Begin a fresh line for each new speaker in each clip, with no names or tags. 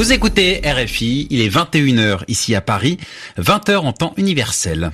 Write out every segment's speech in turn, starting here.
Vous écoutez RFI, il est 21h ici à Paris, 20h en temps universel.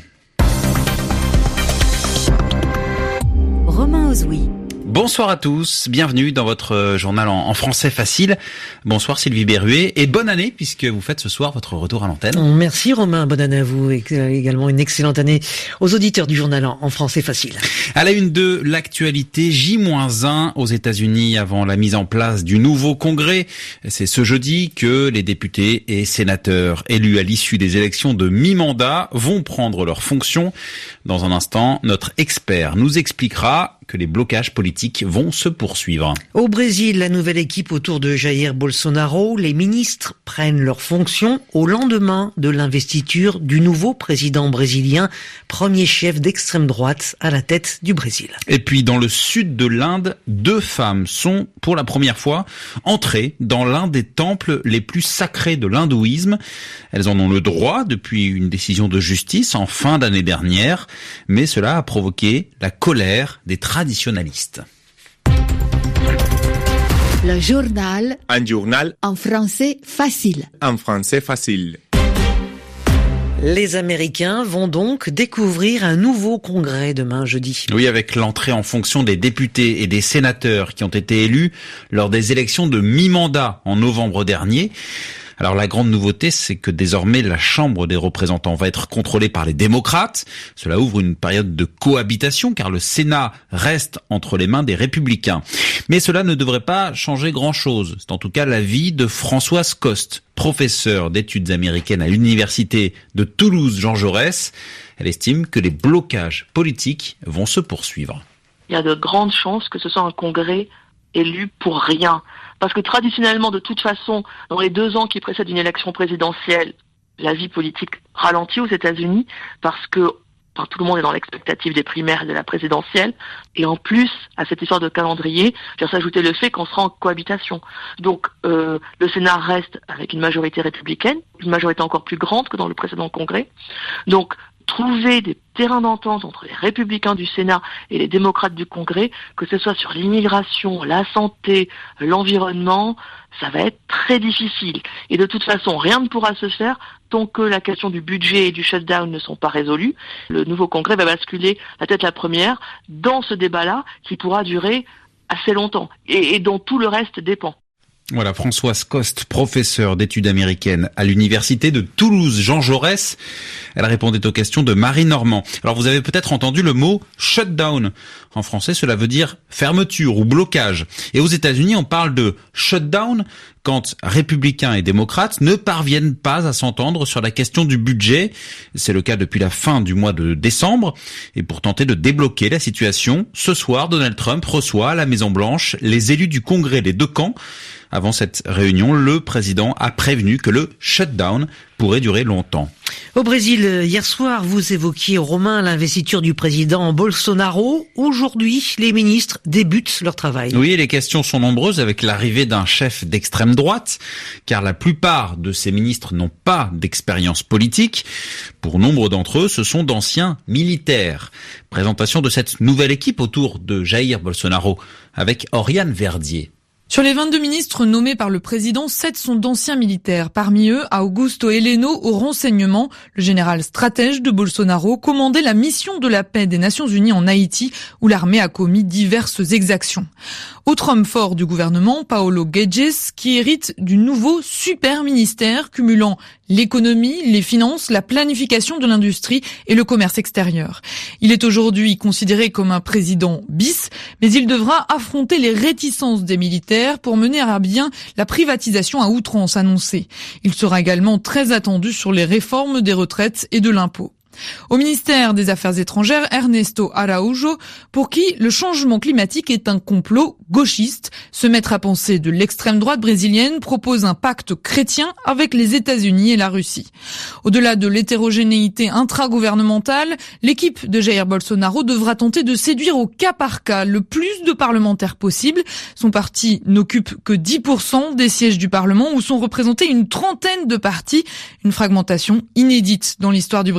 Romain Ozoui.
Bonsoir à tous, bienvenue dans votre journal en français facile. Bonsoir Sylvie Berruet et bonne année puisque vous faites ce soir votre retour à l'antenne.
Merci Romain, bonne année à vous et également une excellente année aux auditeurs du journal en français facile.
À la une de l'actualité, J-1 aux États-Unis avant la mise en place du nouveau Congrès. C'est ce jeudi que les députés et sénateurs élus à l'issue des élections de mi-mandat vont prendre leurs fonctions. Dans un instant, notre expert nous expliquera que les blocages politiques vont se poursuivre.
Au Brésil, la nouvelle équipe autour de Jair Bolsonaro, les ministres prennent leurs fonctions au lendemain de l'investiture du nouveau président brésilien, premier chef d'extrême droite à la tête du Brésil.
Et puis dans le sud de l'Inde, 2 femmes sont pour la première fois entrées dans l'un des temples les plus sacrés de l'hindouisme. Elles en ont le droit depuis une décision de justice en fin d'année dernière, mais cela a provoqué la colère des traditionalistes.
Le journal.
Un journal.
En français facile.
En français facile.
Les Américains vont donc découvrir un nouveau congrès demain jeudi.
Oui, avec l'entrée en fonction des députés et des sénateurs qui ont été élus lors des élections de mi-mandat en novembre dernier. Alors la grande nouveauté, c'est que désormais la Chambre des représentants va être contrôlée par les démocrates. Cela ouvre une période de cohabitation car le Sénat reste entre les mains des républicains. Mais cela ne devrait pas changer grand-chose. C'est en tout cas l'avis de Françoise Coste, professeure d'études américaines à l'université de Toulouse-Jean Jaurès. Elle estime que les blocages politiques vont se poursuivre.
Il y a de grandes chances que ce soit un congrès élu pour rien. Parce que traditionnellement, de toute façon, dans les 2 ans qui précèdent une élection présidentielle, la vie politique ralentit aux États-Unis parce que tout le monde est dans l'expectative des primaires et de la présidentielle. Et en plus, à cette histoire de calendrier, vient s'ajouter le fait qu'on sera en cohabitation. Donc, le Sénat reste avec une majorité républicaine, une majorité encore plus grande que dans le précédent congrès. Donc, trouver des terrains d'entente entre les républicains du Sénat et les démocrates du Congrès, que ce soit sur l'immigration, la santé, l'environnement, ça va être très difficile. Et de toute façon, rien ne pourra se faire tant que la question du budget et du shutdown ne sont pas résolues. Le nouveau Congrès va basculer la tête la première dans ce débat-là qui pourra durer assez longtemps et dont tout le reste dépend.
Voilà, Françoise Coste, professeure d'études américaines à l'université de Toulouse-Jean Jaurès. Elle répondait aux questions de Marie Normand. Alors vous avez peut-être entendu le mot shutdown. En français, cela veut dire fermeture ou blocage. Et aux États-Unis, on parle de shutdown quand républicains et démocrates ne parviennent pas à s'entendre sur la question du budget. C'est le cas depuis la fin du mois de décembre. Et pour tenter de débloquer la situation, ce soir, Donald Trump reçoit à la Maison-Blanche les élus du Congrès des 2 camps. Avant cette réunion, le président a prévenu que le shutdown pourrait durer longtemps.
Au Brésil, hier soir, vous évoquiez, Romain, l'investiture du président Bolsonaro. Aujourd'hui, les ministres débutent leur travail.
Oui, les questions sont nombreuses avec l'arrivée d'un chef d'extrême droite, car la plupart de ces ministres n'ont pas d'expérience politique. Pour nombre d'entre eux, ce sont d'anciens militaires. Présentation de cette nouvelle équipe autour de Jair Bolsonaro avec Oriane Verdier.
Sur les 22 ministres nommés par le président, 7 sont d'anciens militaires. Parmi eux, Augusto Heleno au renseignement, le général stratège de Bolsonaro, commandait la mission de la paix des Nations Unies en Haïti, où l'armée a commis diverses exactions. Autre homme fort du gouvernement, Paulo Guedes, qui hérite du nouveau super ministère cumulant l'économie, les finances, la planification de l'industrie et le commerce extérieur. Il est aujourd'hui considéré comme un président bis, mais il devra affronter les réticences des militaires pour mener à bien la privatisation à outrance annoncée. Il sera également très attendu sur les réformes des retraites et de l'impôt. Au ministère des Affaires étrangères, Ernesto Araújo, pour qui le changement climatique est un complot gauchiste. Ce maître à penser de l'extrême droite brésilienne propose un pacte chrétien avec les États-Unis et la Russie. Au-delà de l'hétérogénéité intragouvernementale, l'équipe de Jair Bolsonaro devra tenter de séduire au cas par cas le plus de parlementaires possible. Son parti n'occupe que 10% des sièges du Parlement où sont représentés une trentaine de partis, une fragmentation inédite dans l'histoire du Brésil.
Et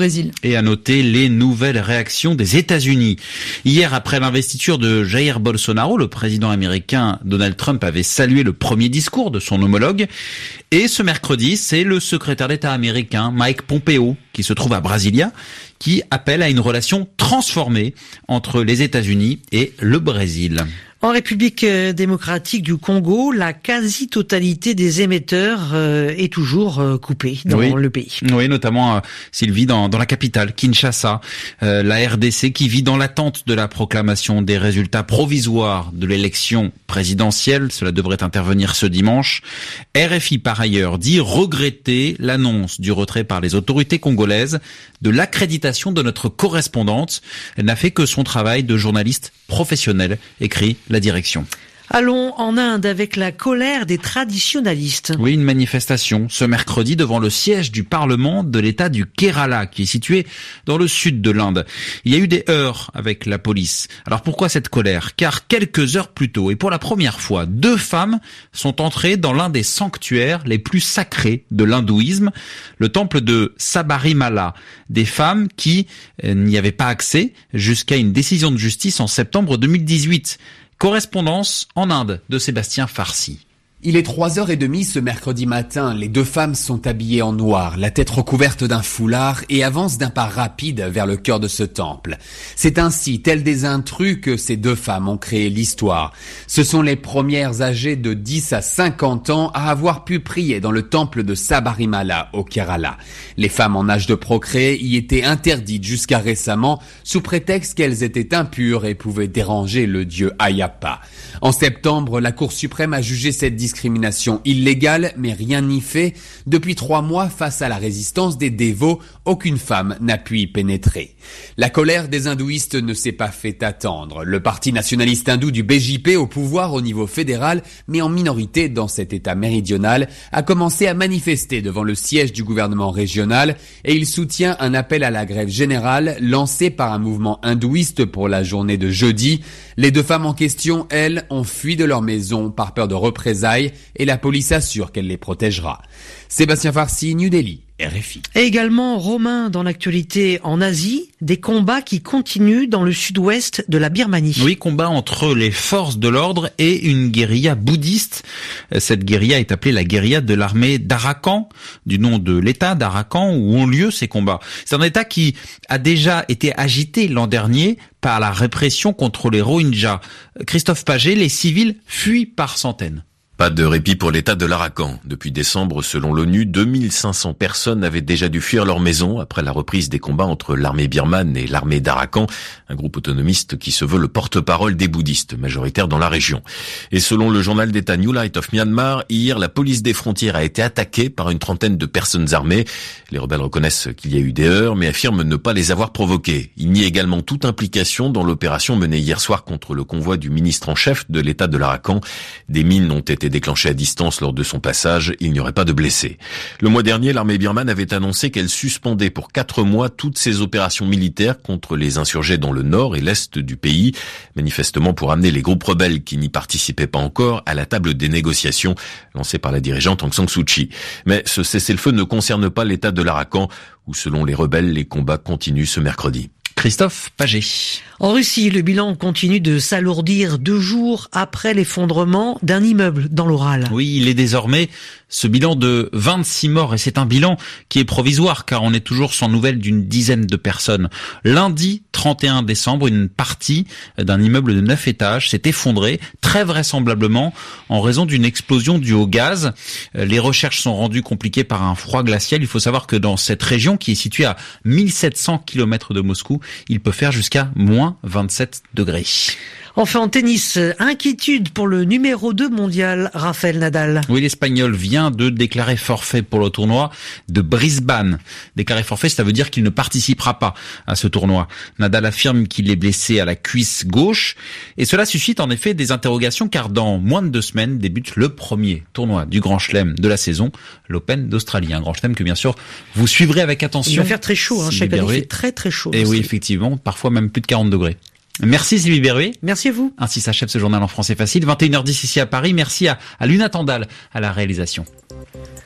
Et à noter les nouvelles réactions des États-Unis. Hier, après l'investiture de Jair Bolsonaro, le président américain Donald Trump avait salué le premier discours de son homologue. Et ce mercredi, c'est le secrétaire d'État américain Mike Pompeo, qui se trouve à Brasilia, qui appelle à une relation transformée entre les États-Unis et le Brésil.
En République démocratique du Congo, la quasi-totalité des émetteurs est toujours coupée dans le pays.
Oui, notamment s'il vit dans la capitale, Kinshasa. La RDC qui vit dans l'attente de la proclamation des résultats provisoires de l'élection présidentielle. Cela devrait intervenir ce dimanche. RFI, par ailleurs, dit regretter l'annonce du retrait par les autorités congolaises de l'accréditation de notre correspondante. Elle n'a fait que son travail de journaliste professionnel, écrit la direction.
Allons en Inde avec la colère des traditionalistes.
Oui, une manifestation ce mercredi devant le siège du Parlement de l'État du Kerala, qui est situé dans le sud de l'Inde. Il y a eu des heurts avec la police. Alors pourquoi cette colère ? Car quelques heures plus tôt, et pour la première fois, 2 femmes sont entrées dans l'un des sanctuaires les plus sacrés de l'hindouisme, le temple de Sabarimala. Des femmes qui n'y avaient pas accès jusqu'à une décision de justice en septembre 2018. Correspondance en Inde de Sébastien Farsi.
Il est 3h30 ce mercredi matin. Les 2 femmes sont habillées en noir, la tête recouverte d'un foulard et avancent d'un pas rapide vers le cœur de ce temple. C'est ainsi, telles des intrus, que ces 2 femmes ont créé l'histoire. Ce sont les premières âgées de 10 à 50 ans à avoir pu prier dans le temple de Sabarimala au Kerala. Les femmes en âge de procréer y étaient interdites jusqu'à récemment sous prétexte qu'elles étaient impures et pouvaient déranger le dieu Ayappa. En septembre, la Cour suprême a jugé cette discrimination illégale, mais rien n'y fait. Depuis 3 mois, face à la résistance des dévots, aucune femme n'a pu y pénétrer. La colère des hindouistes ne s'est pas fait attendre. Le parti nationaliste hindou du BJP, au pouvoir au niveau fédéral, mais en minorité dans cet état méridional, a commencé à manifester devant le siège du gouvernement régional et il soutient un appel à la grève générale lancé par un mouvement hindouiste pour la journée de jeudi. Les 2 femmes en question, elles, ont fui de leur maison par peur de représailles et la police assure qu'elle les protégera. Sébastien Farsi, New Delhi, RFI.
Et également, Romain, dans l'actualité en Asie, des combats qui continuent dans le sud-ouest de la Birmanie.
Oui, combat entre les forces de l'ordre et une guérilla bouddhiste. Cette guérilla est appelée la guérilla de l'armée d'Arakan, du nom de l'État d'Arakan, où ont lieu ces combats. C'est un État qui a déjà été agité l'an dernier par la répression contre les Rohingyas. Christophe Paget, les civils fuient par centaines.
Pas de répit pour l'État de l'Arakan. Depuis décembre, selon l'ONU, 2500 personnes avaient déjà dû fuir leur maison après la reprise des combats entre l'armée birmane et l'armée d'Arakan, un groupe autonomiste qui se veut le porte-parole des bouddhistes, majoritaires dans la région. Et selon le journal d'État New Light of Myanmar, hier, la police des frontières a été attaquée par une trentaine de personnes armées. Les rebelles reconnaissent qu'il y a eu des heurts, mais affirment ne pas les avoir provoqués. Il nie également toute implication dans l'opération menée hier soir contre le convoi du ministre en chef de l'État de l'Arakan. Des mines ont été déclenché à distance lors de son passage, il n'y aurait pas de blessés. Le mois dernier, l'armée birmane avait annoncé qu'elle suspendait pour 4 mois toutes ses opérations militaires contre les insurgés dans le nord et l'est du pays, manifestement pour amener les groupes rebelles qui n'y participaient pas encore à la table des négociations lancée par la dirigeante Aung San Suu Kyi. Mais ce cessez-le-feu ne concerne pas l'État de l'Arakan, où selon les rebelles, les combats continuent ce mercredi.
Christophe Paget.
En Russie, le bilan continue de s'alourdir 2 jours après l'effondrement d'un immeuble dans l'Oural.
Oui, il est désormais ce bilan de 26 morts et c'est un bilan qui est provisoire car on est toujours sans nouvelles d'une dizaine de personnes. Lundi 31 décembre, une partie d'un immeuble de 9 étages s'est effondrée, très vraisemblablement en raison d'une explosion due au gaz. Les recherches sont rendues compliquées par un froid glacial. Il faut savoir que dans cette région qui est située à 1700 km de Moscou, il peut faire jusqu'à moins 27 degrés.
Enfin en tennis, inquiétude pour le numéro 2 mondial, Rafael Nadal.
Oui, l'Espagnol vient de déclarer forfait pour le tournoi de Brisbane. Déclarer forfait, ça veut dire qu'il ne participera pas à ce tournoi. Nadal affirme qu'il est blessé à la cuisse gauche et cela suscite en effet des interrogations car dans moins de 2 semaines débute le premier tournoi du Grand Chelem de la saison, l'Open d'Australie. Un Grand Chelem que bien sûr vous suivrez avec attention.
Il va faire très chaud, chaque année il fait très très chaud.
Et oui, effectivement, parfois même plus de 40 degrés. Merci Sylvie Berruet.
Merci à vous.
Ainsi s'achève ce journal en français facile. 21h10 ici à Paris. Merci à Luna Tandal à la réalisation.